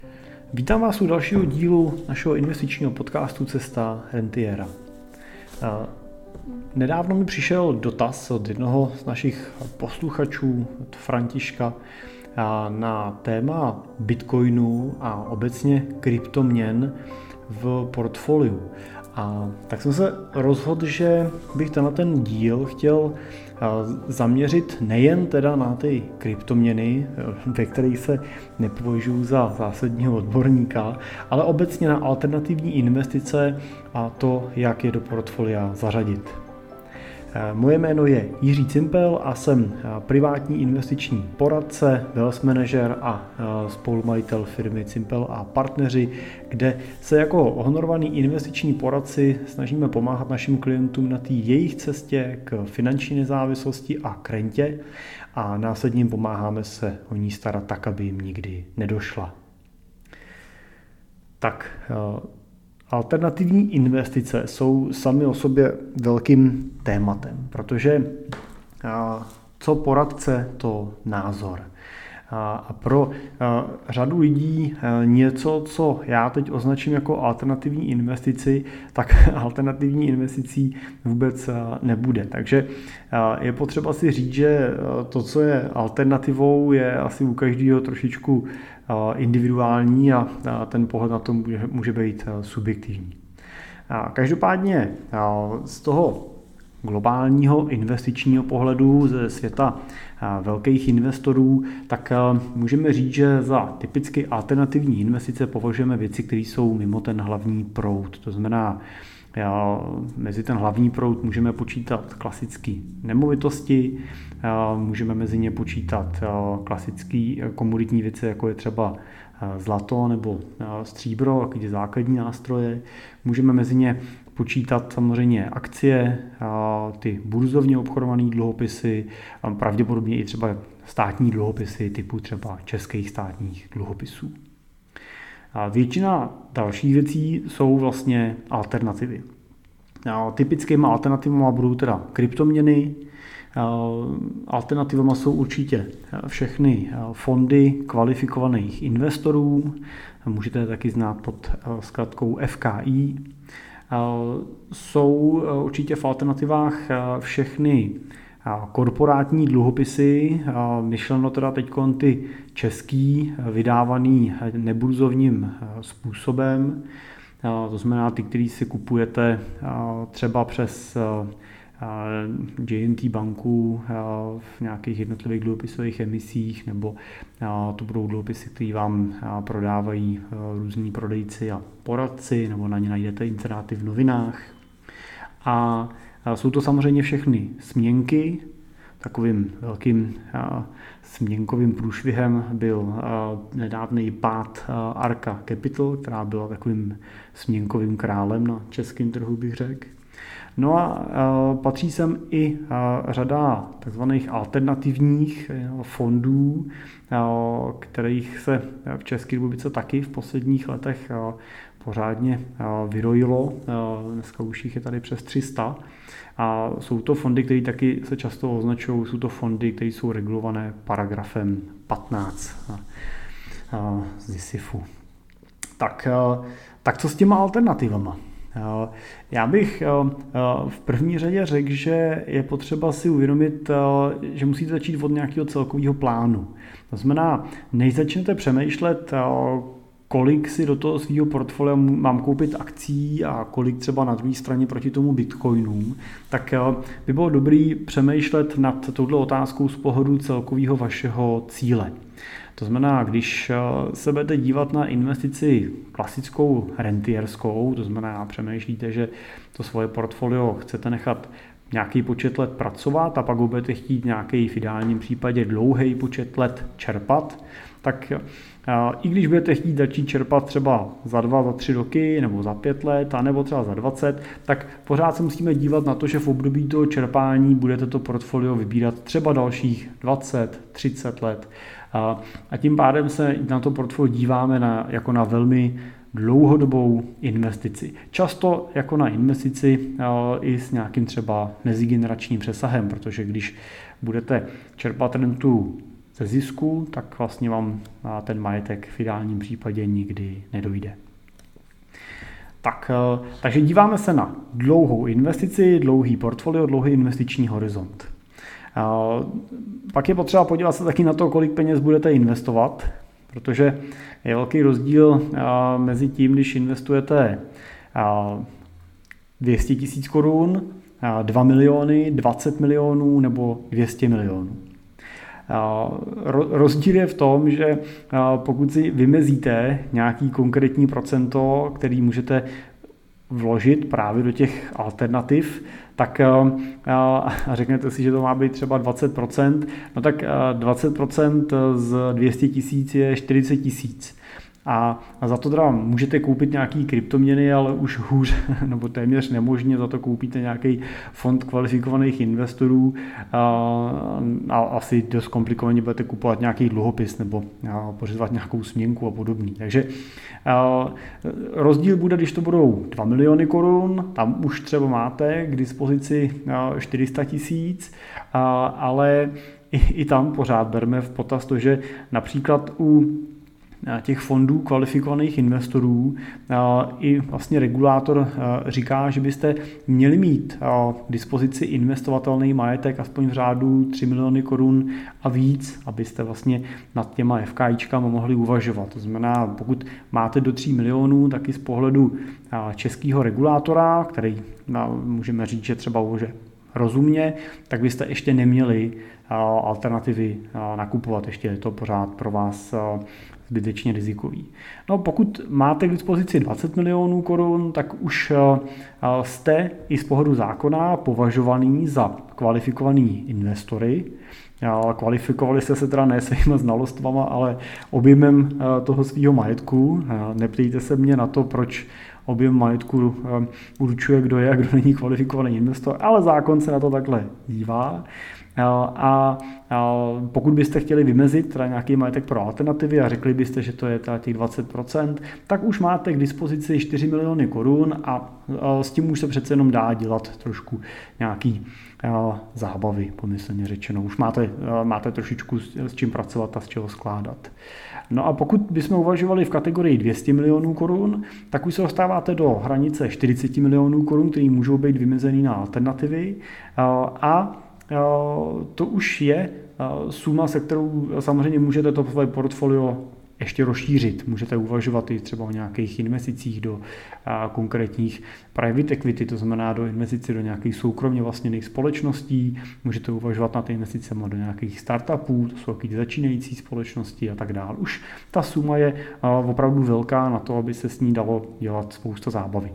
Vítám vás u dalšího dílu našeho investičního podcastu Cesta rentiera. Nedávno mi přišel dotaz od jednoho z našich posluchačů, od Františka, na téma bitcoinu a obecně kryptoměn v portfoliu. A tak jsem se rozhodl, že bych ten díl chtěl zaměřit nejen teda na ty kryptoměny, ve kterých se nepovažuji za zásadního odborníka, ale obecně na alternativní investice a to, jak je do portfolia zařadit. Moje jméno je Jiří Cimpel a jsem privátní investiční poradce, wealth manager a spolumajitel firmy Cimpel a partneři, kde se jako honorovaný investiční poradci snažíme pomáhat našim klientům na té jejich cestě k finanční nezávislosti a k rentě a následně jim pomáháme se o ní starat tak, aby jim nikdy nedošla. Tak, alternativní investice jsou sami o sobě velkým tématem, protože co poradce, to názor. A pro řadu lidí něco, co já teď označím jako alternativní investici, tak alternativní investicí vůbec nebude. Takže je potřeba si říct, že to, co je alternativou, je asi u každého trošičku individuální a ten pohled na to může být subjektivní. Každopádně z toho globálního investičního pohledu ze světa velkých investorů, tak můžeme říct, že za typicky alternativní investice považujeme věci, které jsou mimo ten hlavní proud. To znamená, mezi ten hlavní proud můžeme počítat klasické nemovitosti, můžeme mezi ně počítat klasické komoditní věci, jako je třeba zlato nebo stříbro, takové základní nástroje. Můžeme mezi ně počítat samozřejmě akcie, ty burzovně obchodované dluhopisy, pravděpodobně i třeba státní dluhopisy typu třeba českých státních dluhopisů. Většina dalších věcí jsou vlastně alternativy. Typickými alternativami budou teda kryptoměny, alternativami jsou určitě všechny fondy kvalifikovaných investorů, můžete je taky znát pod zkratkou FKI. Jsou určitě v alternativách všechny korporátní dluhopisy, myšleno teda teď ty český, vydávaný neburzovním způsobem, to znamená ty, který si kupujete třeba přes J&T banku v nějakých jednotlivých dluhopisových emisích, nebo to budou dluhopisy, které vám prodávají různí prodejci a poradci, nebo na ně najdete inzeráty v novinách. A jsou to samozřejmě všechny směnky. Takovým velkým směnkovým průšvihem byl nedávný pád Arca Capital, která byla takovým směnkovým králem na českém trhu, bych řekl. No a patří sem i řada takzvaných alternativních fondů, kterých se v České republice taky v posledních letech pořádně vyrojilo. Dneska už jich je tady přes 300. A jsou to fondy, které taky se často označují, jsou to fondy, které jsou regulované paragrafem 15 z DISIFu. Tak co s těma alternativama? Já bych v první řadě řekl, že je potřeba si uvědomit, že musíte začít od nějakého celkového plánu. To znamená, než začnete přemýšlet, kolik si do toho svého portfolia mám koupit akcí a kolik třeba na druhé straně proti tomu bitcoinům, tak by bylo dobré přemýšlet nad touto otázkou z pohledu celkového vašeho cíle. To znamená, když se budete dívat na investici klasickou rentierskou, to znamená, přemýšlíte, že to svoje portfolio chcete nechat nějaký počet let pracovat a pak ho budete chtít nějaký v ideálním případě dlouhý počet let čerpat, tak i když budete chtít začít čerpat třeba za 2, za 3 roky, nebo za 5 let, anebo třeba za 20, tak pořád se musíme dívat na to, že v období toho čerpání budete to portfolio vybírat třeba dalších 20, 30 let. A tím pádem se na to portfolio díváme jako na velmi dlouhodobou investici. Často jako na investici i s nějakým třeba mezigeneračním přesahem, protože když budete čerpat rentu ze zisku, tak vlastně vám ten majetek v ideálním případě nikdy nedojde. Takže díváme se na dlouhou investici, dlouhý portfolio, dlouhý investiční horizont. Pak je potřeba podívat se taky na to, kolik peněz budete investovat, protože je velký rozdíl mezi tím, když investujete 200 000 korun, 2 miliony, 20 milionů nebo 200 milionů. Rozdíl je v tom, že pokud si vymezíte nějaký konkrétní procento, který můžete vložit právě do těch alternativ, tak a řeknete si, že to má být třeba 20%, no tak 20% z 200 000 je 40 000. A za to teda můžete koupit nějaký kryptoměny, ale už hůř, nebo téměř nemožně za to koupíte nějaký fond kvalifikovaných investorů a asi dost komplikovaně budete kupovat nějaký dluhopis nebo pořizovat nějakou směnku a podobný. Takže rozdíl bude, když to budou 2 miliony korun, tam už třeba máte k dispozici 400 000, ale i tam pořád berme v potaz to, že například u těch fondů kvalifikovaných investorů i vlastně regulátor říká, že byste měli mít k dispozici investovatelný majetek aspoň v řádu 3 miliony korun a víc, abyste vlastně nad těma FKIčkama mohli uvažovat. To znamená, pokud máte do 3 milionů, tak i z pohledu českého regulátora, který můžeme říct, že třeba uvažuje rozumně, tak byste ještě neměli alternativy nakupovat. Ještě je to pořád pro vás zbytečně rizikový. No, pokud máte k dispozici 20 milionů korun, tak už jste i z pohledu zákona považovaný za kvalifikovaný investory. Kvalifikovali jste se teda ne svýma znalostvama, ale objemem toho svého majetku. Neptejte se mě na to, proč objem majetku určuje, kdo je a kdo není kvalifikovaný investor, ale zákon se na to takhle dívá. A pokud byste chtěli vymezit teda nějaký majetek pro alternativy a řekli byste, že to je teda těch 20%, tak už máte k dispozici 4 miliony korun a s tím už se přece jenom dá dělat trošku nějaký zábavy, pomyslně řečeno. Už máte trošičku s čím pracovat a z čeho skládat. No a pokud bychom uvažovali v kategorii 200 milionů korun, tak už se dostáváte do hranice 40 milionů korun, které můžou být vymezený na alternativy a to už je suma, se kterou samozřejmě můžete to své portfolio ještě rozšířit. Můžete uvažovat i třeba o nějakých investicích do konkrétních private equity, to znamená do investicí do nějakých soukromně vlastněných společností. Můžete uvažovat nad investicemi do nějakých startupů, to jsou takové začínající společnosti a tak dále. Už ta suma je opravdu velká na to, aby se s ní dalo dělat spousta zábavy.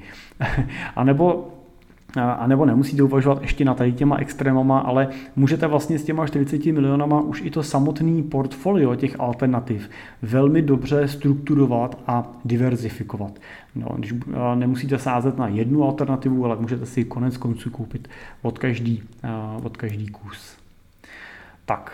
A nebo nemusíte uvažovat ještě na tady těma extrémama, ale můžete vlastně s těma 40 milionama už i to samotný portfolio těch alternativ velmi dobře strukturovat a diverzifikovat. No, když nemusíte sázet na jednu alternativu, ale můžete si konec konců koupit od každý kus. Tak,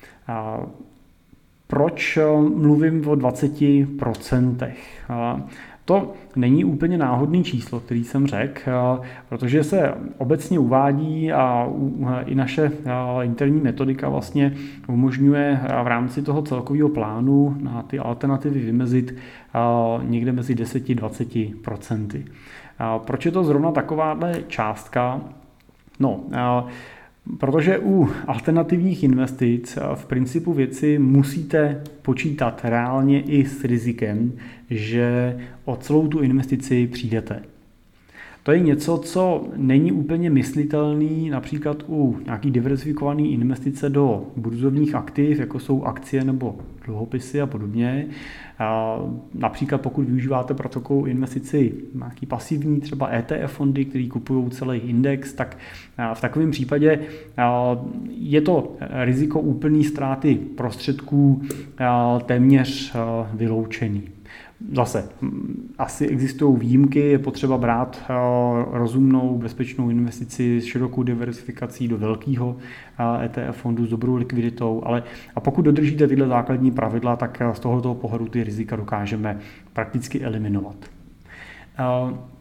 proč mluvím o 20%? To není úplně náhodný číslo, který jsem řekl, protože se obecně uvádí a i naše interní metodika vlastně umožňuje v rámci toho celkového plánu na ty alternativy vymezit někde mezi 10-20%. Proč je to zrovna takováhle částka? No, protože u alternativních investic v principu věci musíte počítat reálně i s rizikem, že o celou tu investici přijdete. To je něco, co není úplně myslitelný například u nějaký diversifikované investice do burzovních aktiv, jako jsou akcie nebo dluhopisy a podobně. Například pokud využíváte pro takovou investici nějaký pasivní, třeba ETF fondy, které kupují celý index, tak v takovém případě je to riziko úplné ztráty prostředků téměř vyloučený. Zase, asi existují výjimky, je potřeba brát rozumnou, bezpečnou investici s širokou diversifikací do velkého ETF fondu s dobrou likviditou, a pokud dodržíte tyhle základní pravidla, tak z tohoto pohledu ty rizika dokážeme prakticky eliminovat.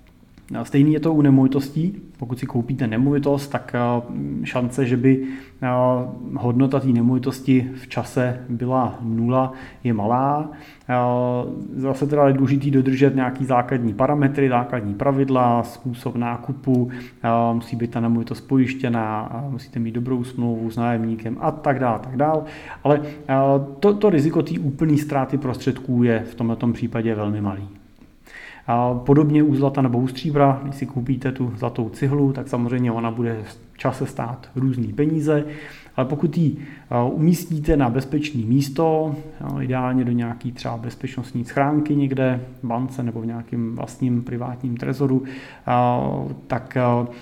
Stejný je to u nemovitostí. Pokud si koupíte nemovitost, tak šance, že by hodnota té nemovitosti v čase byla 0, je malá. Zase teda je důležité dodržet nějaký základní parametry, základní pravidla, způsob nákupu, musí být ta nemovitost pojištěná, musíte mít dobrou smlouvu s nájemníkem a tak dále. Ale to riziko té úplné ztráty prostředků je v tomto případě velmi malý. Podobně u zlata nebo u stříbra, když si koupíte tu zlatou cihlu, tak samozřejmě ona bude v čase stát různý peníze, ale pokud ji umístíte na bezpečné místo, ideálně do nějaký třeba bezpečnostní schránky někde v bance nebo v nějakém vlastním privátním trezoru, tak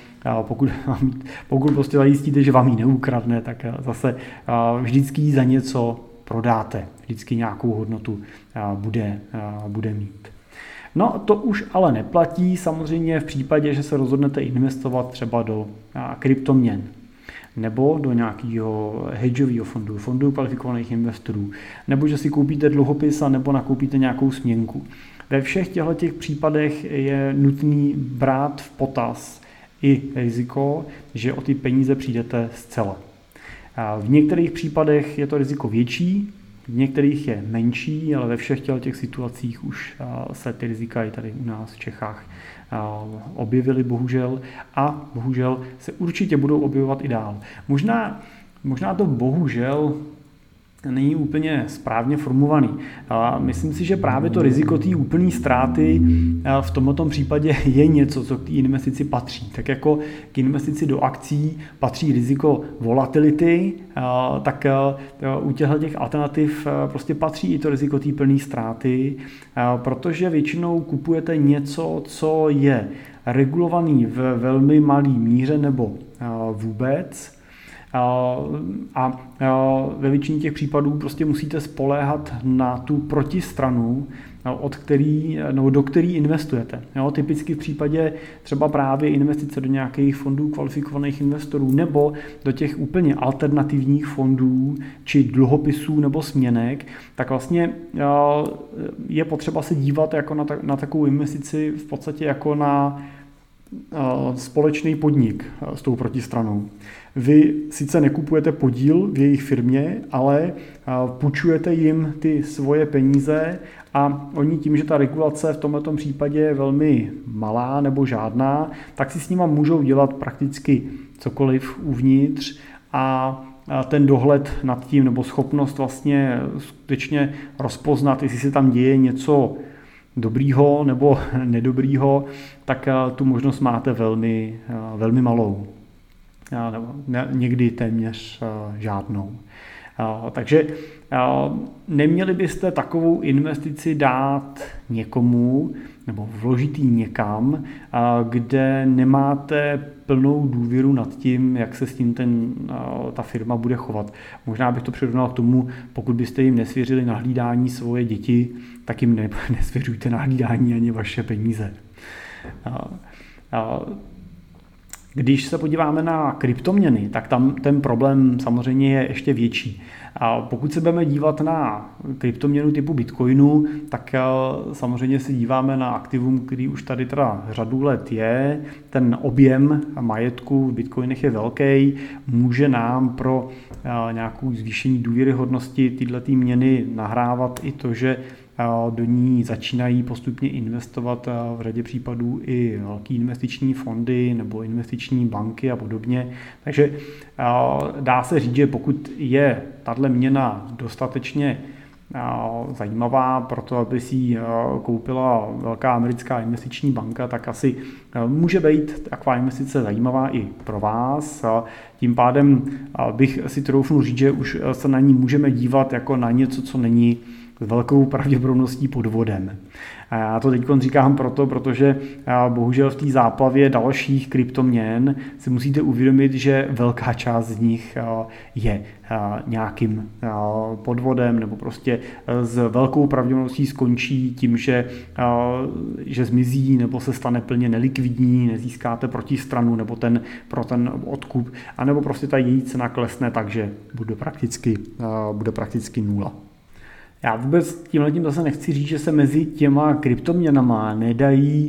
pokud prostě zajistíte, že vám ji neukradne, tak zase vždycky ji za něco prodáte, vždycky nějakou hodnotu bude mít. No to už ale neplatí samozřejmě v případě, že se rozhodnete investovat třeba do kryptoměn nebo do nějakého hedžového fondu kvalifikovaných investorů, nebo že si koupíte dluhopis a nebo nakoupíte nějakou směnku. Ve všech těchto případech je nutný brát v potaz i riziko, že o ty peníze přijdete zcela. V některých případech je to riziko větší, v některých je menší, ale ve všech těch situacích už se ty rizika i tady u nás v Čechách objevily bohužel a bohužel se určitě budou objevovat i dál. Možná to bohužel není úplně správně formulovaný. Myslím si, že právě to riziko té úplné ztráty v tomto případě je něco, co k té investici patří. Tak jako k investici do akcí patří riziko volatility, tak u těch alternativ prostě patří i to riziko té plné ztráty, protože většinou kupujete něco, co je regulovaný v velmi malé míře nebo vůbec, a ve většině těch případů prostě musíte spoléhat na tu protistranu, do které investujete. Typicky v případě třeba právě investice do nějakých fondů kvalifikovaných investorů nebo do těch úplně alternativních fondů či dluhopisů nebo směnek, tak vlastně je potřeba se dívat jako na takovou investici v podstatě jako na společný podnik s tou protistranou. Vy sice nekupujete podíl v jejich firmě, ale půjčujete jim ty svoje peníze a oni tím, že ta regulace v tomto případě je velmi malá nebo žádná, tak si s nima můžou dělat prakticky cokoliv uvnitř a ten dohled nad tím nebo schopnost vlastně skutečně rozpoznat, jestli se tam děje něco dobrýho nebo nedobrýho, tak tu možnost máte velmi, velmi malou. Někdy téměř žádnou. Takže neměli byste takovou investici dát někomu nebo vložit ji někam, kde nemáte plnou důvěru nad tím, jak se s tím ta firma bude chovat. Možná bych to přirovnal k tomu, pokud byste jim nesvěřili na hlídání svoje děti, tak jim nesvěřujte na hlídání ani vaše peníze. Když se podíváme na kryptoměny, tak tam ten problém samozřejmě je ještě větší. A pokud se budeme dívat na kryptoměnu typu Bitcoinu, tak samozřejmě se díváme na aktivum, který už tady teda řadu let je. Ten objem majetku v Bitcoinech je velký, může nám pro nějakou zvýšení důvěryhodnosti tyhle měny nahrávat i to, že do ní začínají postupně investovat v řadě případů i velké investiční fondy nebo investiční banky a podobně. Takže dá se říct, že pokud je tato měna dostatečně zajímavá pro to, aby si ji koupila velká americká investiční banka, tak asi může být taková investice zajímavá i pro vás. Tím pádem bych si troufnul říct, že už se na ní můžeme dívat jako na něco, co není s velkou pravděpodobností podvodem. A já to teď říkám protože bohužel v té záplavě dalších kryptoměn si musíte uvědomit, že velká část z nich je nějakým podvodem nebo prostě s velkou pravděpodobností skončí tím, že zmizí nebo se stane plně nelikvidní, nezískáte protistranu nebo pro ten odkup, anebo prostě ta její cena klesne, takže bude prakticky nula. Já vůbec tímhletím zase nechci říct, že se mezi těma kryptoměnama nedají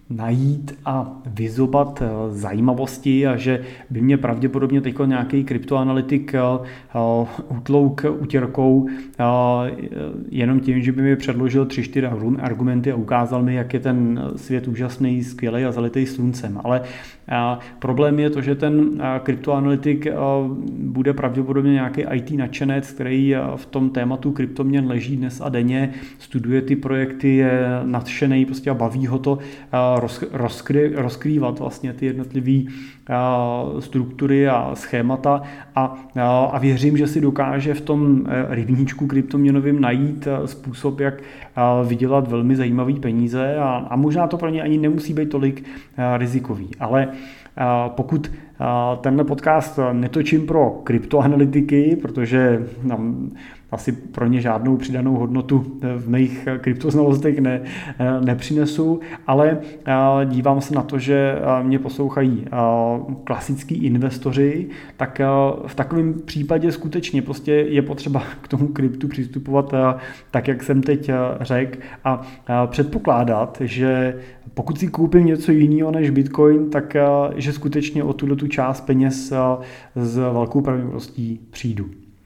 najít a vyzobat zajímavosti a že by mě pravděpodobně teď nějaký kryptoanalytik utlouk utěrkou jenom tím, že by mi předložil 3-4 argumenty a ukázal mi, jak je ten svět úžasný, skvělý a zalitý sluncem. Ale problém je to, že ten kryptoanalytik bude pravděpodobně nějaký IT nadšenec, který v tom tématu kryptoměn leží dnes a denně, studuje ty projekty, je nadšený prostě a baví ho to rozkrývat vlastně ty jednotlivé struktury a schémata a věřím, že si dokáže v tom rybníčku kryptoměnovým najít způsob, jak vydělat velmi zajímavý peníze a možná to pro ně ani nemusí být tolik rizikový. Ale pokud tenhle podcast netočím pro kryptoanalytiky, protože asi pro ně žádnou přidanou hodnotu v mých kryptoznalostech nepřinesu, ale dívám se na to, že mě poslouchají klasický investoři, tak v takovém případě skutečně prostě je potřeba k tomu kryptu přistupovat tak, jak jsem teď řekl a předpokládat, že pokud si koupím něco jiného než Bitcoin, tak že skutečně o tu část peněz s velkou pravděpodobností přijdu.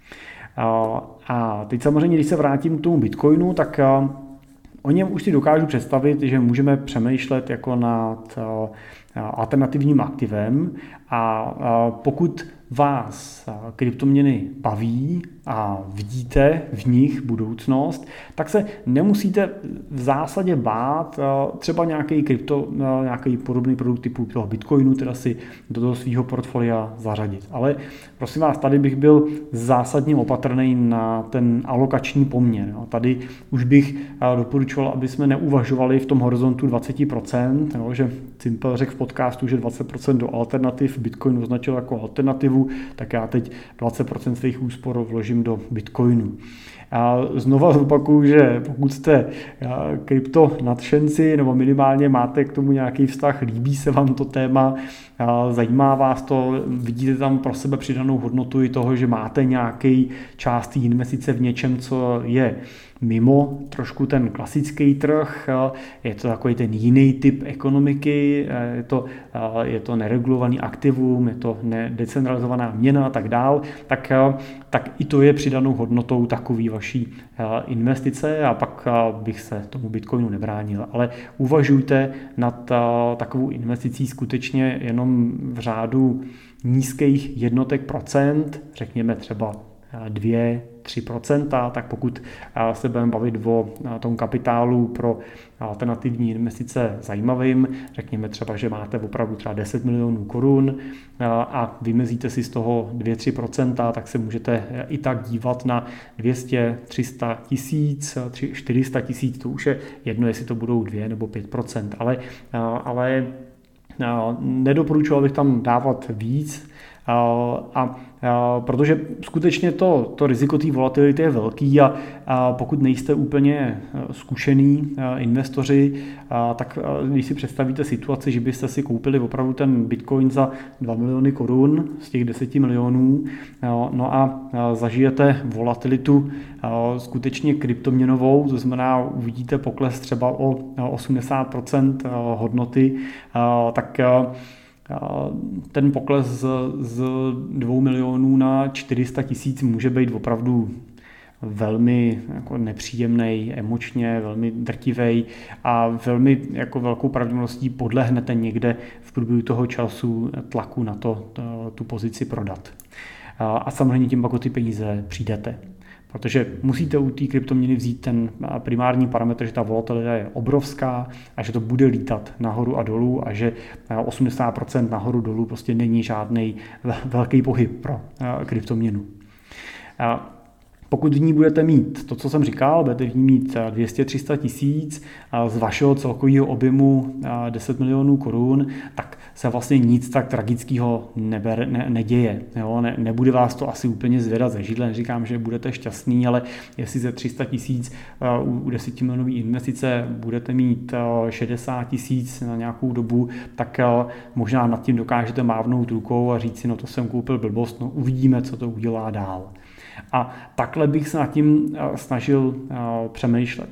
A teď samozřejmě, když se vrátím k tomu Bitcoinu, tak o něm už si dokážu představit, že můžeme přemýšlet jako nad alternativním aktivem a pokud vás kryptoměny baví a vidíte v nich budoucnost, tak se nemusíte v zásadě bát třeba nějaký podobný produkt typu toho Bitcoinu, teda si do toho svého portfolia zařadit. Ale prosím vás, tady bych byl zásadně opatrný na ten alokační poměr. Tady už bych doporučoval, aby jsme neuvažovali v tom horizontu 20%, že Simple řekl v podcastu, že 20% do alternativ, Bitcoin označil jako alternativu, tak já teď 20% svých úspor vložím do Bitcoinu. A znova zopakuju, že pokud jste krypto nadšenci nebo minimálně máte k tomu nějaký vztah, líbí se vám to téma, zajímá vás to, vidíte tam pro sebe přidanou hodnotu i toho, že máte nějaký část investice v něčem, co je mimo trošku ten klasický trh, je to takový ten jiný typ ekonomiky, je to neregulovaný aktivum, je to decentralizovaná měna a tak dál, tak i to je přidanou hodnotou takový vaší investice a pak bych se tomu Bitcoinu nebránil. Ale uvažujte nad takovou investicí skutečně jenom v řádu nízkých jednotek procent, řekněme třeba 2-3%, tak pokud se budeme bavit o tom kapitálu pro alternativní investice zajímavým, řekněme třeba, že máte opravdu třeba 10 milionů korun a vymezíte si z toho 2-3%, tak se můžete i tak dívat na 200, 300 tisíc, 400 tisíc, to už je jedno, jestli to budou 2 nebo 5%, ale nedoporučoval bych tam dávat víc, protože skutečně to riziko té volatility je velký a pokud nejste úplně zkušený investoři, tak když si představíte situaci, že byste si koupili opravdu ten Bitcoin za 2 miliony korun z těch 10 milionů, no a zažijete volatilitu skutečně kryptoměnovou, to znamená uvidíte pokles třeba o 80% hodnoty, tak ten pokles z 2 milionů na 400 tisíc může být opravdu velmi jako nepříjemný, emočně, velmi drtivý a velmi jako velkou pravděpodobností podlehnete někde v průběhu toho času tlaku na tu pozici prodat. A samozřejmě tím pak o ty peníze přijdete. Protože musíte u té kryptoměny vzít ten primární parametr, že ta volatilita je obrovská a že to bude lítat nahoru a dolů a že 80% nahoru dolů prostě není žádný velký pohyb pro kryptoměnu. Pokud v ní budete mít to, co jsem říkal, budete v ní mít 200-300 tisíc z vašeho celkového objemu 10 milionů korun, tak se vlastně nic tak tragického neděje. Jo? Nebude vás to asi úplně zvedat ze židle, neříkám, že budete šťastný, ale jestli ze 300 tisíc u 10 milionové investice budete mít 60 tisíc na nějakou dobu, tak možná nad tím dokážete mávnout rukou a říct si, no to jsem koupil blbost, no uvidíme, co to udělá dál. A takhle bych se nad tím snažil přemýšlet.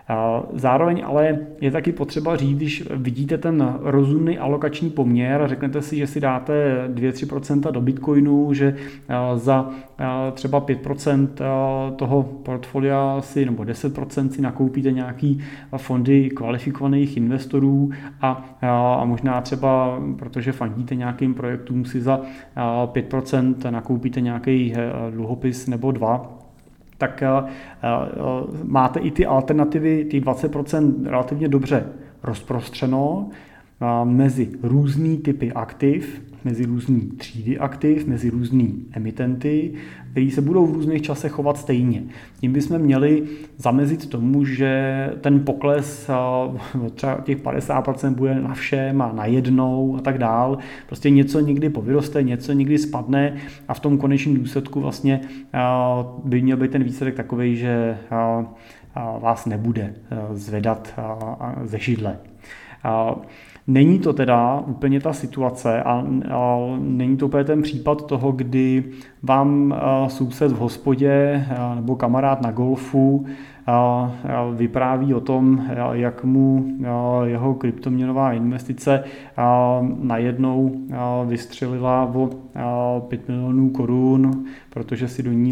Zároveň ale je taky potřeba říct, když vidíte ten rozumný alokační poměr a řeknete si, že si dáte 2-3% do Bitcoinu, že za třeba 5% toho portfolia si nebo 10% si nakoupíte nějaký fondy kvalifikovaných investorů a možná třeba, protože fandíte nějakým projektům, si za 5% nakoupíte nějaký dluhopis nebo 2, tak máte i ty alternativy, těch 20% relativně dobře rozprostřeno mezi různý typy aktiv, mezi různý třídy aktiv, mezi různý emitenty, který se budou v různých časech chovat stejně. Tím bychom měli zamezit tomu, že ten pokles třeba těch 50% bude na všem a najednou a tak dál. Prostě něco někdy povyroste, něco někdy spadne a v tom konečném důsledku vlastně by měl být ten výsledek takovej, že vás nebude zvedat ze židle. Není to teda úplně ta situace a není to úplně ten případ toho, kdy vám soused v hospodě nebo kamarád na golfu vypráví o tom, jak mu jeho kryptoměnová investice najednou vystřelila o 5 milionů korun, protože si do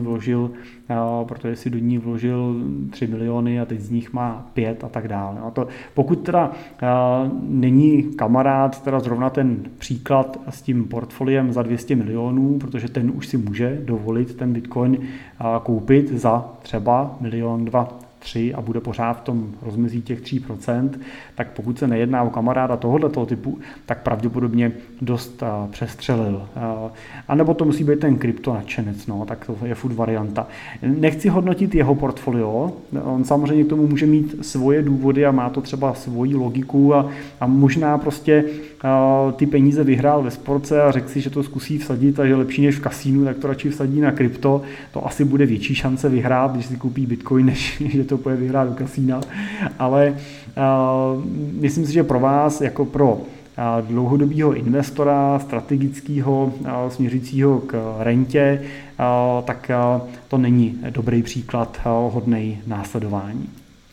ní vložil 3 miliony a teď z nich má 5 a tak dále. A to, pokud teda není kamarád teda zrovna ten příklad s tím portfoliem za 200 milionů, protože ten už si může dovolit ten Bitcoin koupit za třeba 1, 2, 3 a bude pořád v tom rozmezí těch 3%, tak pokud se nejedná o kamaráda tohoto typu, tak pravděpodobně dost přestřelil. A nebo to musí být ten kryptonadšenec, no, tak to je furt varianta. Nechci hodnotit jeho portfolio, on samozřejmě k tomu může mít svoje důvody a má to třeba svoji logiku a možná prostě ty peníze vyhrál ve sportce a řekl si, že to zkusí vsadit a že lepší než v kasínu, tak to radši vsadí na krypto. To asi bude větší šance vyhrát, když si koupí Bitcoin, než že to půjde vyhrát do kasína. Ale myslím si, že pro vás, jako pro dlouhodobého investora, strategického, směřícího k rentě, tak to není dobrý příklad hodnej následování.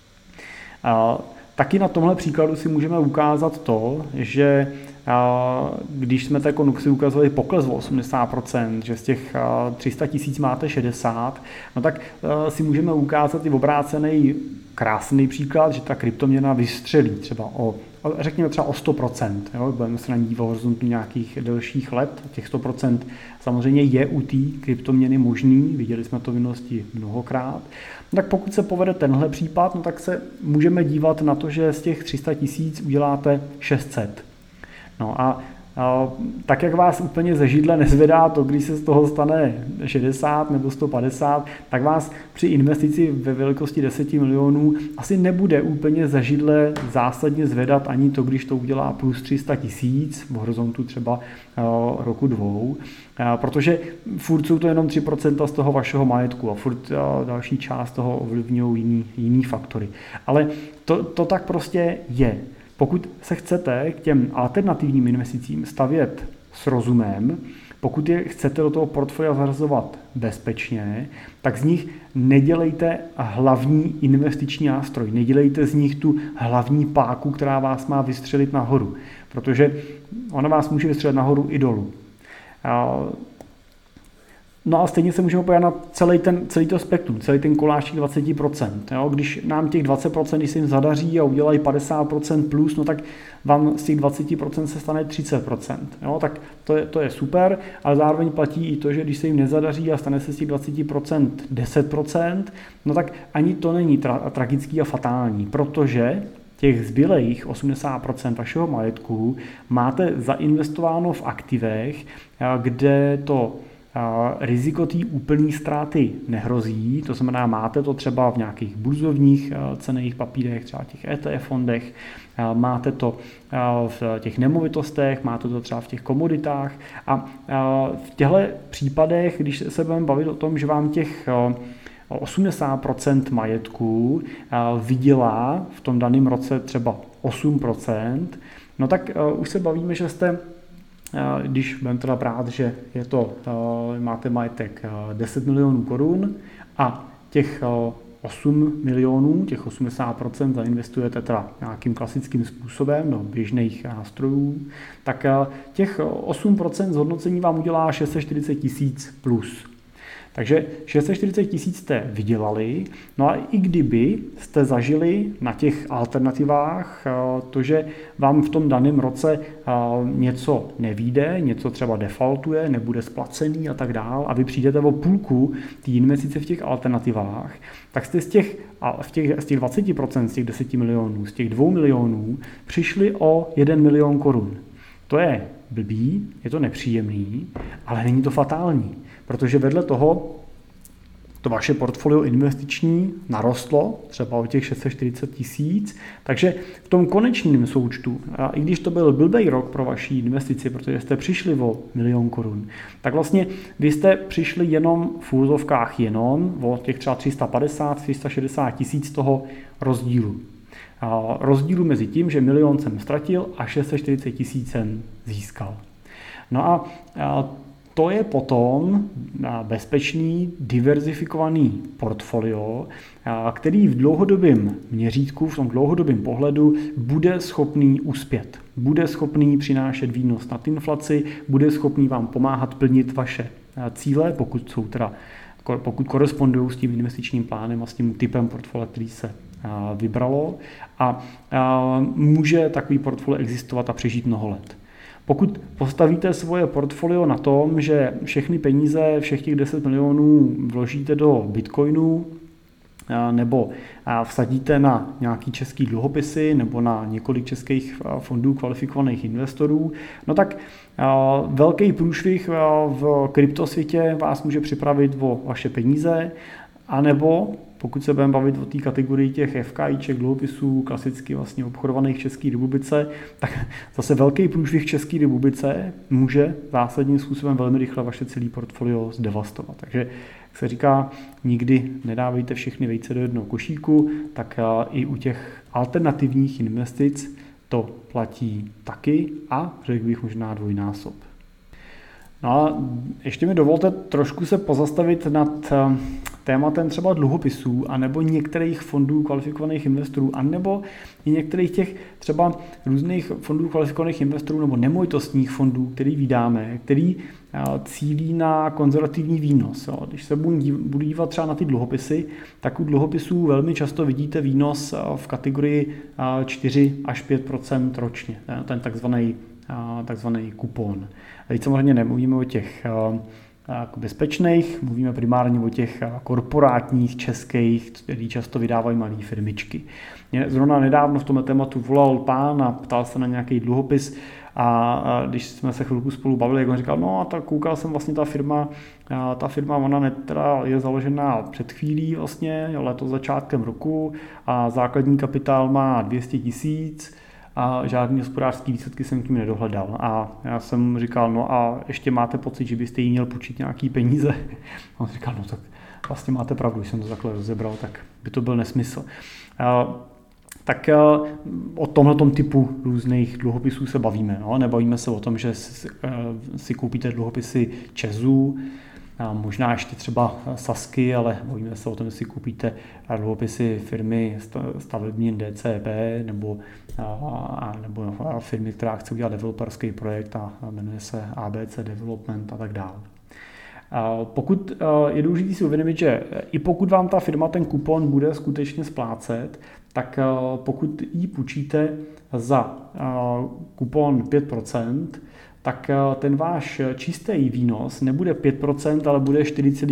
Taky na tomhle příkladu si můžeme ukázat to, že když jsme si ukazovali pokles o 80%, že z těch 300 000 máte 60, no tak si můžeme ukázat i obrácený krásný příklad, že ta kryptoměna vystřelí třeba řekněme třeba o 100%. Jo? Budeme se na ní dívat v horizontu nějakých delších let. Těch 100% samozřejmě je u té kryptoměny možný, viděli jsme to v minulosti mnohokrát. Tak pokud se povede tenhle případ, no tak se můžeme dívat na to, že z těch 300 000 uděláte 600. No a tak, jak vás úplně ze židle nezvedá to, když se z toho stane 60 nebo 150, tak vás při investici ve velikosti 10 milionů asi nebude úplně ze židle zásadně zvedat ani to, když to udělá plus 300 000 v horizontu třeba roku 2, protože furt jsou to jenom 3% z toho vašeho majetku a furt další část toho ovlivňují jiný faktory. Ale to tak prostě je. Pokud se chcete k těm alternativním investicím stavět s rozumem, pokud je chcete do toho portfolia zařazovat bezpečně, tak z nich nedělejte hlavní investiční nástroj, nedělejte z nich tu hlavní páku, která vás má vystřelit nahoru, protože ona vás může vystřelit nahoru i dolů. No a stejně se můžeme podívat na celý to spektrum, celý ten koláček 20%. Jo? Když nám těch 20%, když se jim zadaří a udělají 50% plus, no tak vám z těch 20% se stane 30%. Jo? Tak to je super, ale zároveň platí i to, že když se jim nezadaří a stane se z těch 20% 10%, no tak ani to není tragický a fatální, protože těch zbylejch 80% vašeho majetku máte zainvestováno v aktivech, kde to riziko té úplné ztráty nehrozí, to znamená, máte to třeba v nějakých burzovních cenných papírech, třeba těch ETF fondech, máte to v těch nemovitostech, máte to třeba v těch komoditách a v těchto případech, když se budeme bavit o tom, že vám těch 80% majetku vydělá v tom daném roce třeba 8%, no tak už se bavíme, že jste, když budeme teda brát, že máte majetek 10 milionů korun a těch 8 milionů, těch 80% zainvestujete teda nějakým klasickým způsobem do běžných nástrojů, tak těch 8% zhodnocení vám udělá 640 tisíc plus. Takže 640 tisíc jste vydělali, no a i kdyby jste zažili na těch alternativách to, že vám v tom daném roce něco nevyjde, něco třeba defaultuje, nebude splacený a tak dál a vy přijdete o půlku té investice v těch alternativách, tak jste z těch 20%, z těch 10 milionů, z těch 2 milionů přišli o 1 milion korun. To je blbý, je to nepříjemný, ale není to fatální. Protože vedle toho to vaše portfolio investiční narostlo třeba o těch 640 tisíc, takže v tom konečném součtu, a i když to byl blbej rok pro vaši investici, protože jste přišli o 1 milion korun, tak vlastně vy jste přišli jenom v úvozovkách o těch třeba 350-360 tisíc toho rozdílu. Rozdílu mezi tím, že 1 milion jsem ztratil a 640 tisíc jsem získal. No a to je potom bezpečný, diverzifikovaný portfolio, který v dlouhodobém měřítku, v tom dlouhodobém pohledu bude schopný uspět. Bude schopný přinášet výnos nad inflaci, bude schopný vám pomáhat plnit vaše cíle, pokud korespondují s tím investičním plánem a s tím typem portfolia, který se vybralo. A může takový portfolio existovat a přežít mnoho let. Pokud postavíte svoje portfolio na tom, že všechny peníze, všech těch 10 milionů vložíte do bitcoinu nebo vsadíte na nějaký český dluhopisy nebo na několik českých fondů kvalifikovaných investorů, no tak velký průšvih v kryptosvětě vás může připravit o vaše peníze, anebo pokud se budeme bavit o té kategorii těch FKIček, dluhopisů, klasicky vlastně obchodovaných v České republice, tak zase velký průšvih v České republice může zásadním způsobem velmi rychle vaše celé portfolio zdevastovat. Takže, jak se říká, nikdy nedávejte všechny vejce do jednoho košíku, tak i u těch alternativních investic to platí taky a řekl bych možná dvojnásob. No a ještě mi dovolte trošku se pozastavit nad tématem třeba dluhopisů, anebo některých fondů kvalifikovaných investorů, anebo i některých těch třeba různých fondů kvalifikovaných investorů nebo nemovitostních fondů, který vydáme, který cílí na konzervativní výnos. Když se budu dívat třeba na ty dluhopisy, tak u dluhopisů velmi často vidíte výnos v kategorii 4 až 5% ročně. Ten takzvaný kupon. Teď samozřejmě nemluvíme o těch bezpečných, mluvíme primárně o těch korporátních, českých, který často vydávají malé firmičky. Mě zrovna nedávno v tomhle tématu volal pán a ptal se na nějaký dluhopis a když jsme se chvilku spolu bavili, jak on říkal, no a tak koukal jsem vlastně ta firma ona teda je založená před chvílí vlastně, letos začátkem roku a základní kapitál má 200 tisíc, a žádný hospodářský výsledky jsem tím nedohledal. A já jsem mu říkal, no a ještě máte pocit, že byste jí měl půjčit nějaký peníze? A on říkal, no tak vlastně máte pravdu, když jsem to takhle rozebral, tak by to byl nesmysl. Tak o tomhletom typu různých dluhopisů se bavíme. No? Nebavíme se o tom, že si koupíte dluhopisy ČEZu, možná ještě třeba Sasky, ale bavíme se o tom, že si koupíte dluhopisy firmy stavební DCP nebo firmy, která chce udělat developerský projekt a jmenuje se ABC Development a tak dále. Pokud je důležité si uvědomit, že i pokud vám ta firma ten kupon bude skutečně splácet, tak pokud ji půjčíte za kupon 5%, tak ten váš čistý výnos nebude 5%, ale bude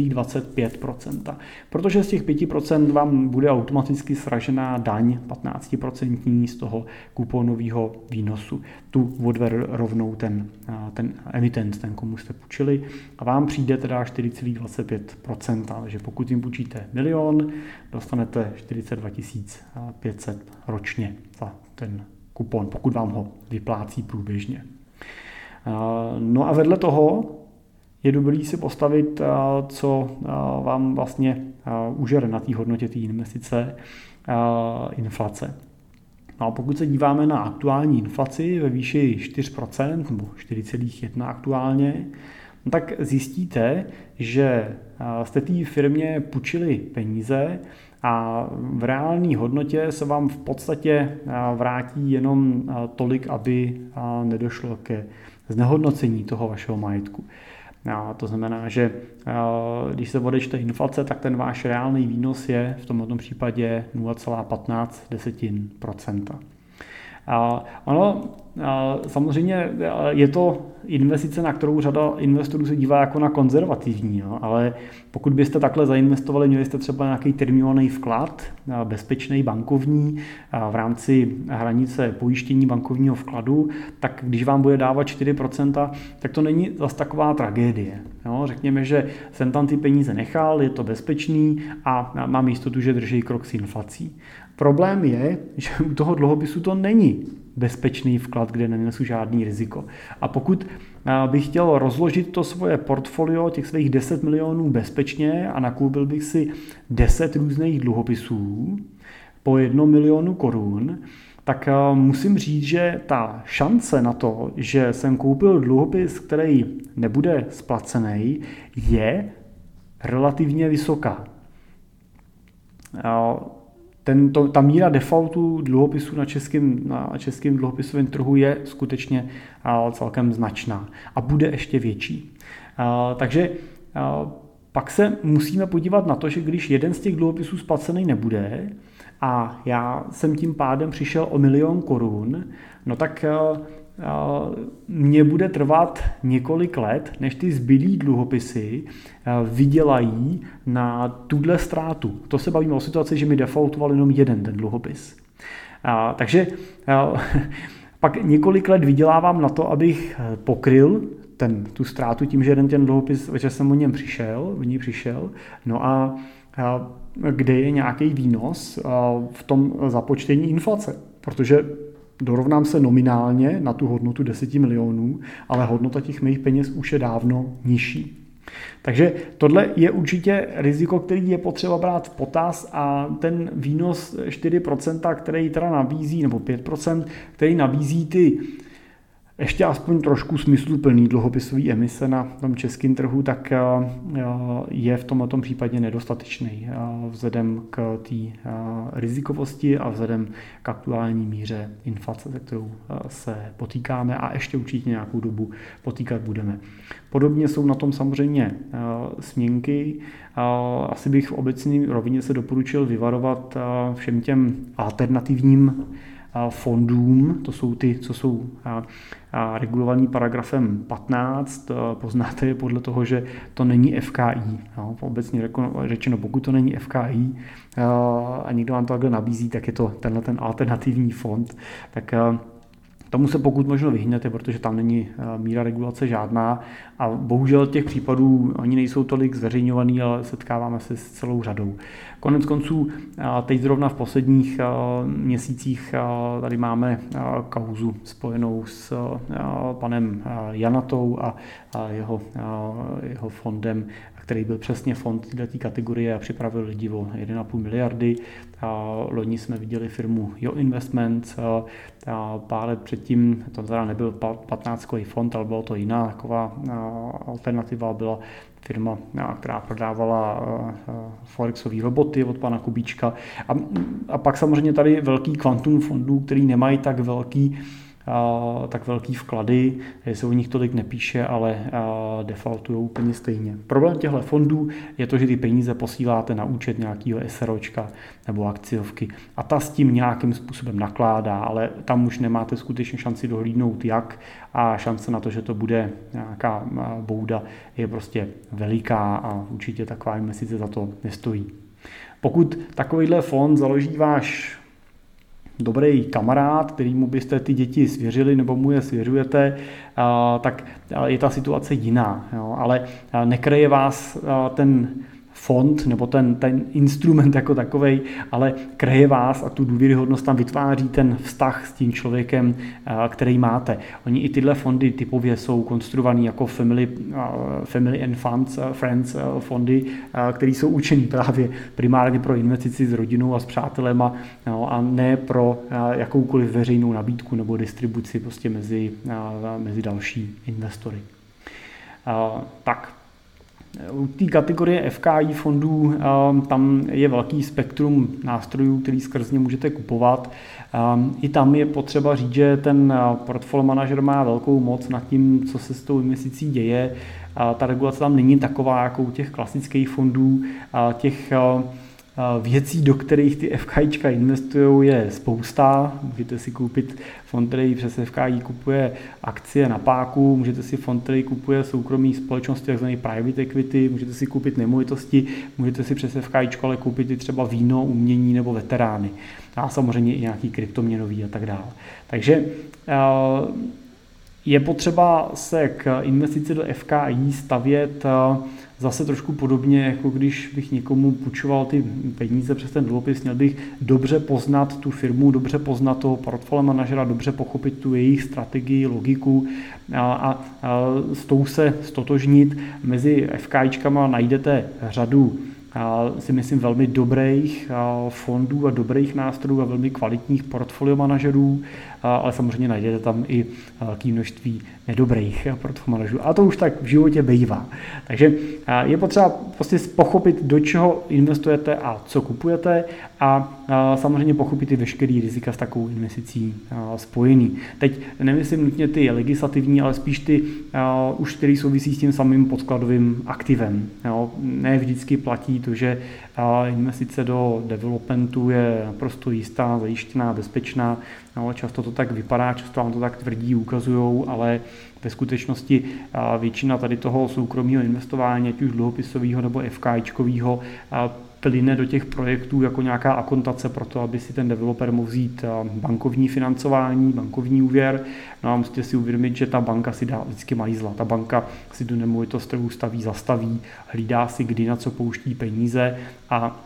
4,25%. Protože z těch 5% vám bude automaticky sražená daň 15% z toho kuponového výnosu. Tu odvede rovnou ten emitent, ten komu jste půjčili, a vám přijde teda 4,25%. Takže pokud jim půjčíte 1 milion, dostanete 42 500 ročně za ten kupon, pokud vám ho vyplácí průběžně. No a vedle toho je dobrý si postavit, co vám vlastně užere na té hodnotě té investice, inflace. No a pokud se díváme na aktuální inflaci ve výši 4% nebo 4,1% aktuálně, no tak zjistíte, že jste té firmě půjčili peníze a v reálné hodnotě se vám v podstatě vrátí jenom tolik, aby nedošlo ke znehodnocení toho vašeho majetku. To znamená, že když se odečte inflace, tak ten váš reálný výnos je v tomto případě 0,15%. Ono samozřejmě je to investice, na kterou řada investorů se dívá jako na konzervativní, ale pokud byste takhle zainvestovali, měli jste třeba nějaký termínovaný vklad, bezpečný bankovní v rámci hranice pojištění bankovního vkladu, tak když vám bude dávat 4%, tak to není zase taková tragédie. Řekněme, že jsem tam ty peníze nechal, je to bezpečný a mám jistotu, že drží krok s inflací. Problém je, že u toho dluhopisu to není bezpečný vklad, kde nenesu žádný riziko. A pokud bych chtěl rozložit to svoje portfolio, těch svých 10 milionů bezpečně a nakoupil bych si 10 různých dluhopisů po 1 milionu korun, tak musím říct, že ta šance na to, že jsem koupil dluhopis, který nebude splacený, je relativně vysoká. Ta míra defaultu dluhopisů na českém dluhopisovém trhu je skutečně celkem značná a bude ještě větší. Takže pak se musíme podívat na to, že když jeden z těch dluhopisů splacený nebude a já jsem tím pádem přišel o 1 milion korun, no tak mně bude trvat několik let, než ty zbylý dluhopisy vydělají na tuhle ztrátu. To se bavíme o situaci, že mi defaultoval jenom jeden ten dluhopis. Takže pak několik let vydělávám na to, abych pokryl tu ztrátu tím, že jeden ten dluhopis, že jsem o ní přišel. No a kde je nějaký výnos v tom započtení inflace, protože dorovnám se nominálně na tu hodnotu 10 milionů, ale hodnota těch mých peněz už je dávno nižší. Takže tohle je určitě riziko, který je potřeba brát v potaz a ten výnos 4%, který teda nabízí, nebo 5%, který nabízí ty ještě aspoň trošku smysluplný dluhopisový emise na tom českém trhu, tak je v tomto případě nedostatečný vzhledem k té rizikovosti a vzhledem k aktuální míře inflace, se kterou se potýkáme a ještě určitě nějakou dobu potýkat budeme. Podobně jsou na tom samozřejmě směnky. Asi bych v obecné rovině se doporučil vyvarovat všem těm alternativním fondům, to jsou ty, co jsou regulovaný paragrafem 15, poznáte je podle toho, že to není FKI. Obecně řečeno, pokud to není FKI a někdo vám to takhle nabízí, tak je to tenhle ten alternativní fond, tak tomu se pokud možno vyhněte, protože tam není míra regulace žádná a bohužel těch případů oni nejsou tolik zveřejňovaný, ale setkáváme se s celou řadou. Konec konců teď zrovna v posledních měsících tady máme kauzu spojenou s panem Janatou a jeho fondem, který byl přesně fond této kategorie a připravil lidi o 1,5 miliardy. Loni jsme viděli firmu Jo Investments, pár let předtím, to teda nebyl 15kový fond, ale byla to jiná taková alternativa, byla firma, která prodávala forexové roboty od pana Kubíčka. A pak samozřejmě tady velký kvantum fondů, který nemají tak velký vklady, se o nich tolik nepíše, ale defaultují úplně stejně. Problém těchto fondů je to, že ty peníze posíláte na účet nějakého SROčka nebo akciovky a ta s tím nějakým způsobem nakládá, ale tam už nemáte skutečně šanci dohlídnout jak a šance na to, že to bude nějaká bouda, je prostě veliká a určitě taková investice za to nestojí. Pokud takovýhle fond založí váš dobrý kamarád, kterýmu byste ty děti svěřili nebo mu je svěřujete, tak je ta situace jiná. Jo? Ale nekryje vás ten fond nebo ten instrument jako takovej, ale kryje vás a tu důvěryhodnost tam vytváří ten vztah s tím člověkem, který máte. Oni i tyhle fondy typově jsou konstruovaný jako family and friends fondy, které jsou určený právě primárně pro investici s rodinou a s přátelema, a ne pro jakoukoliv veřejnou nabídku nebo distribuci prostě mezi další investory. Tak. U té kategorie FKI fondů tam je velký spektrum nástrojů, který skrz ně můžete kupovat. I tam je potřeba říct, že ten portfolio manažer má velkou moc nad tím, co se s tou investicí děje. Ta regulace tam není taková, jako u těch klasických fondů. Těch věcí, do kterých ty FKIčka investují, je spousta. Můžete si koupit fond, který přes FKI kupuje akcie na páku, můžete si fond, který kupuje soukromí společnosti, takzvaný private equity, můžete si koupit nemovitosti, můžete si přes FKIčko ale koupit i třeba víno, umění nebo veterány. A samozřejmě i nějaký kryptoměnový a tak dále. Takže je potřeba se k investici do FKI stavět zase trošku podobně, jako když bych někomu půjčoval ty peníze přes ten dluhopis, měl bych dobře poznat tu firmu, dobře poznat toho portfolio manažera, dobře pochopit tu jejich strategii, logiku a s tou se stotožnit. Mezi FKIčkama najdete řadu si myslím velmi dobrých fondů a dobrých nástrojů a velmi kvalitních portfolio manažerů, ale samozřejmě najdete tam i velké množství nedobrých portfolio manažerů. A to už tak v životě bývá. Takže je potřeba prostě pochopit, do čeho investujete a co kupujete a samozřejmě pochopit i veškerý rizika s takovou investicí spojený. Teď nemyslím nutně ty legislativní, ale spíš ty už, který souvisí s tím samým podkladovým aktivem. Jo. Ne vždycky platí to, že investice do developmentu je naprosto jistá, zajištěná, bezpečná. No, často to tak vypadá, často vám to tak tvrdí, ukazujou, ale ve skutečnosti většina tady toho soukromého investování, ať už dluhopisového nebo FKIčkového, plyne do těch projektů jako nějaká akontace pro to, aby si ten developer mohl vzít bankovní financování, bankovní úvěr. No a musíte si uvědomit, že ta banka si dá vždycky malízla. Ta banka si tu nemovitost, kterou staví, zastaví, hlídá si, kdy na co pouští peníze a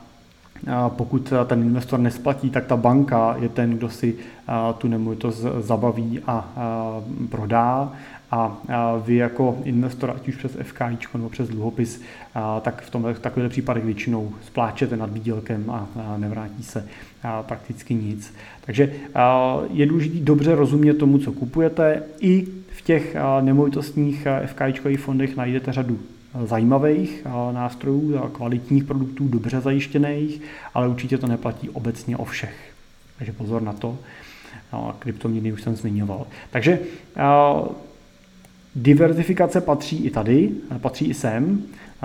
pokud ten investor nesplatí, tak ta banka je ten, kdo si tu nemovitost zabaví a prodá. A vy jako investor, ať už přes FKIčko nebo přes dluhopis, tak v takových případech většinou spláčete nad výdělkem a nevrátí se prakticky nic. Takže je důležité dobře rozumět tomu, co kupujete. I v těch nemovitostních FKIčkových fondech najdete řadu zajímavých nástrojů, kvalitních produktů, dobře zajištěných, ale určitě to neplatí obecně o všech. Takže pozor na to. Kryptoměny už jsem zmiňoval. Takže diverzifikace patří i tady, patří i sem.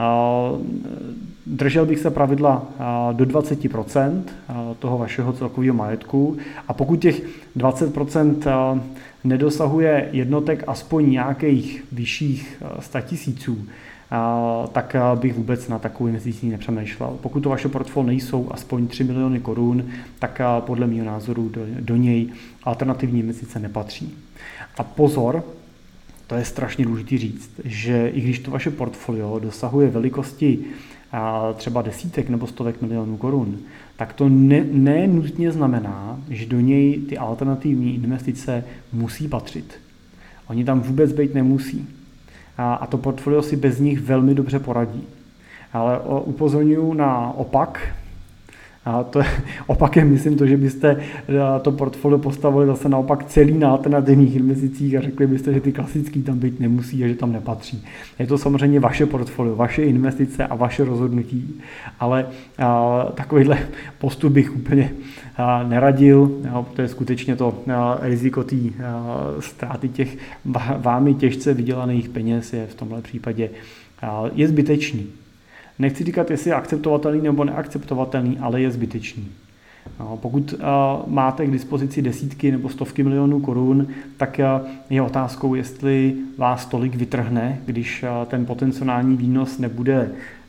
Držel bych se pravidla do 20% toho vašeho celkového majetku a pokud těch 20% nedosahuje jednotek aspoň nějakých vyšších 100 000, tak bych vůbec na takovou investici nepřemýšlel. Pokud to vaše portfolio nejsou aspoň 3 miliony korun, tak podle mého názoru do něj alternativní investice nepatří. A pozor, to je strašně důležité říct, že i když to vaše portfolio dosahuje velikosti třeba desítek nebo stovek milionů korun, tak to ne nutně znamená, že do něj ty alternativní investice musí patřit. Oni tam vůbec být nemusí. A to portfolio si bez nich velmi dobře poradí. Ale upozorňuji na opak. Opakem myslím to, že byste to portfolio postavili zase naopak celý na alternativních investicích a řekli byste, že ty klasický tam být nemusí a že tam nepatří. Je to samozřejmě vaše portfolio, vaše investice a vaše rozhodnutí, ale takovýhle postup bych úplně neradil, protože skutečně to riziko té ztráty těch vámi těžce vydělaných peněz je v tomhle případě je zbytečný. Nechci říkat, jestli je akceptovatelný nebo neakceptovatelný, ale je zbytečný. Pokud máte k dispozici desítky nebo stovky milionů korun, tak je otázkou, jestli vás vytrhne, když ten potenciální výnos nebude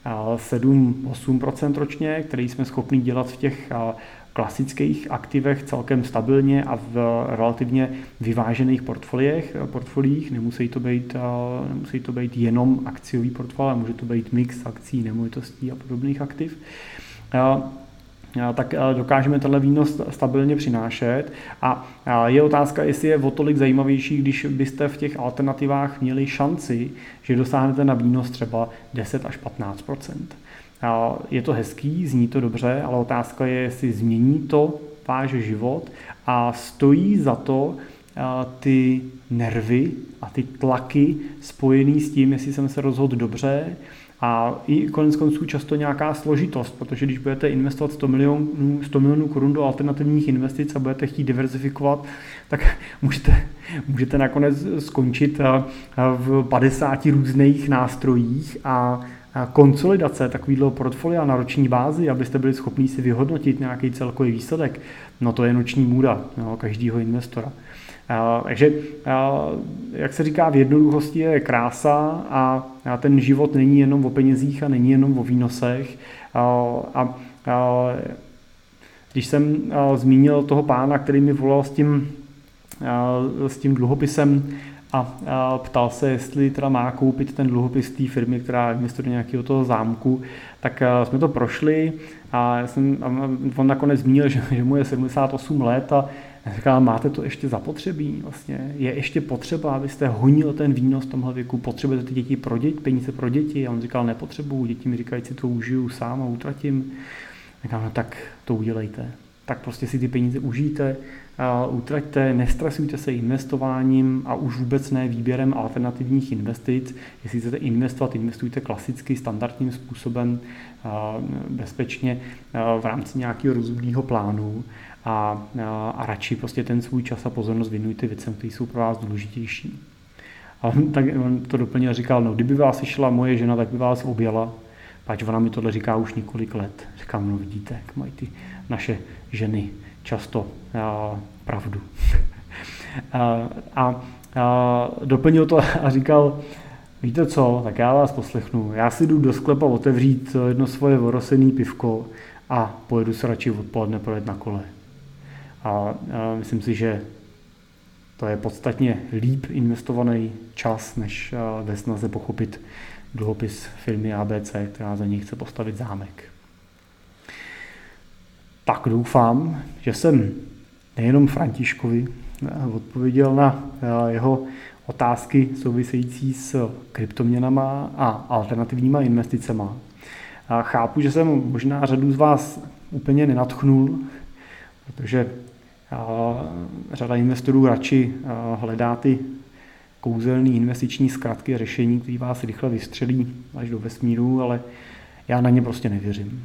7-8% ročně, který jsme schopni dělat v těch klasických aktivech celkem stabilně a v relativně vyvážených portfoliích. Nemusí to být jenom akciový portfolio, může to být mix akcí, nemovitostí a podobných aktiv. Tak dokážeme tenhle výnos stabilně přinášet a je otázka, jestli je o tolik zajímavější, když byste v těch alternativách měli šanci, že dosáhnete na výnos třeba 10 až 15%. Je to hezký, zní to dobře, ale otázka je, jestli změní to váš život a stojí za to ty nervy a ty tlaky spojený s tím, jestli jsem se rozhodl dobře A i konec konců často nějaká složitost, protože když budete investovat 100 milionů korun do alternativních investic a budete chtít diverzifikovat, tak můžete nakonec skončit v 50 různých nástrojích a konsolidace takového portfolia na roční bázi, abyste byli schopni si vyhodnotit nějaký celkový výsledek, no to je noční můra každého investora. Takže, jak se říká, v jednoduchosti je krása a ten život není jenom o penězích a není jenom o výnosech. Když jsem zmínil toho pána, který mi volal s tím dluhopisem a ptal se, jestli teda má koupit ten dluhopis té firmy, která investuje do nějakého toho zámku, tak jsme to prošli a on nakonec zmínil, že mu je 78 let a říkal, máte to ještě zapotřebí, vlastně je ještě potřeba, abyste honil ten výnos v tomhle věku, potřebujete ty děti pro děti, peníze pro děti, a on říkal, nepotřebuju, děti mi říkají, si to užiju sám a utratím. Říkal, no tak to udělejte, tak prostě si ty peníze užijte, utraťte, nestresujte se investováním a už vůbec ne výběrem alternativních investic. Jestli chcete investovat, investujte klasicky, standardním způsobem, bezpečně v rámci nějakého rozumného plánu a radši prostě ten svůj čas a pozornost věnujte věcem, které jsou pro vás důležitější. Ale tak on to doplnil a říkal, no kdyby vás šla moje žena, tak by vás objala, pač ona mi tohle říká už několik let. Říkám, no vidíte, jak mají ty naše ženy často pravdu. a doplnil to a říkal, víte co, tak já vás poslechnu. Já si jdu do sklepa otevřít jedno svoje orosený pivko a pojedu se radši odpoledne projet na kole. A myslím si, že to je podstatně líp investovaný čas, než ve snaze pochopit dluhopis firmy ABC, která za něj chce postavit zámek. Tak doufám, že jsem nejenom Františkovi odpověděl na jeho otázky související s kryptoměnama a alternativníma investicema. Chápu, že jsem možná řadu z vás úplně nenadchnul, protože řada investorů radši hledá ty kouzelné investiční zkratky a řešení, které vás rychle vystřelí až do vesmíru, ale já na ně prostě nevěřím.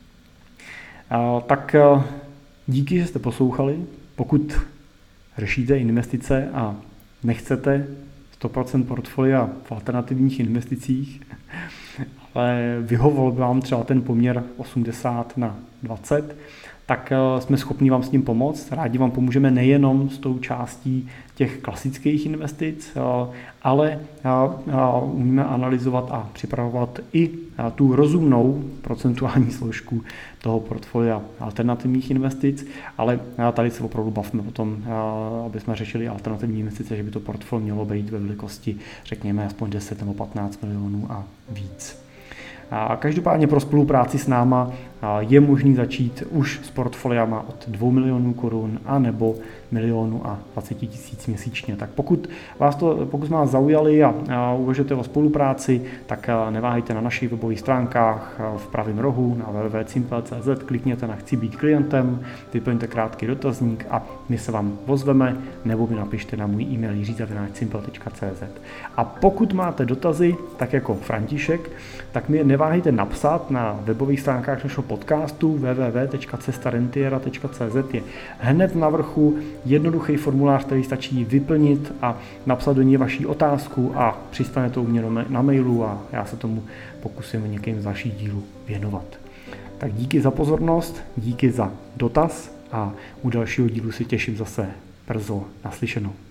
Tak díky, že jste poslouchali. Pokud řešíte investice a nechcete 100% portfolia v alternativních investicích, ale vyhovoval by vám třeba ten poměr 80/20, tak jsme schopni vám s tím pomoct. Rádi vám pomůžeme nejenom s tou částí těch klasických investic, ale umíme analyzovat a připravovat i tu rozumnou procentuální složku toho portfolia alternativních investic, ale tady se opravdu bavíme o tom, aby jsme řešili alternativní investice, že by to portfolio mělo být ve velikosti, řekněme, aspoň 10 nebo 15 milionů a víc. A každopádně pro spolupráci s náma je možný začít už s portfoliama od 2 milionů korun a nebo 1 20 000 měsíčně. Tak pokud vás zaujali a uvažujete o spolupráci, tak neváhejte na našich webových stránkách v pravém rohu na www.simple.cz, klikněte na Chci být klientem, vyplňte krátký dotazník a my se vám ozveme, nebo mi napište na můj e-mail jiří@simple.cz. A pokud máte dotazy, tak jako František, tak mi neváhejte napsat na webových stránkách našeho podcastu www.cestarentiera.cz. Je hned na vrchu jednoduchý formulář, který stačí vyplnit a napsat do něj vaši otázku a přistane to u mě na mailu a já se tomu pokusím někým z vašich dílů věnovat. Tak díky za pozornost, díky za dotaz a u dalšího dílu si těším zase brzo naslyšenou.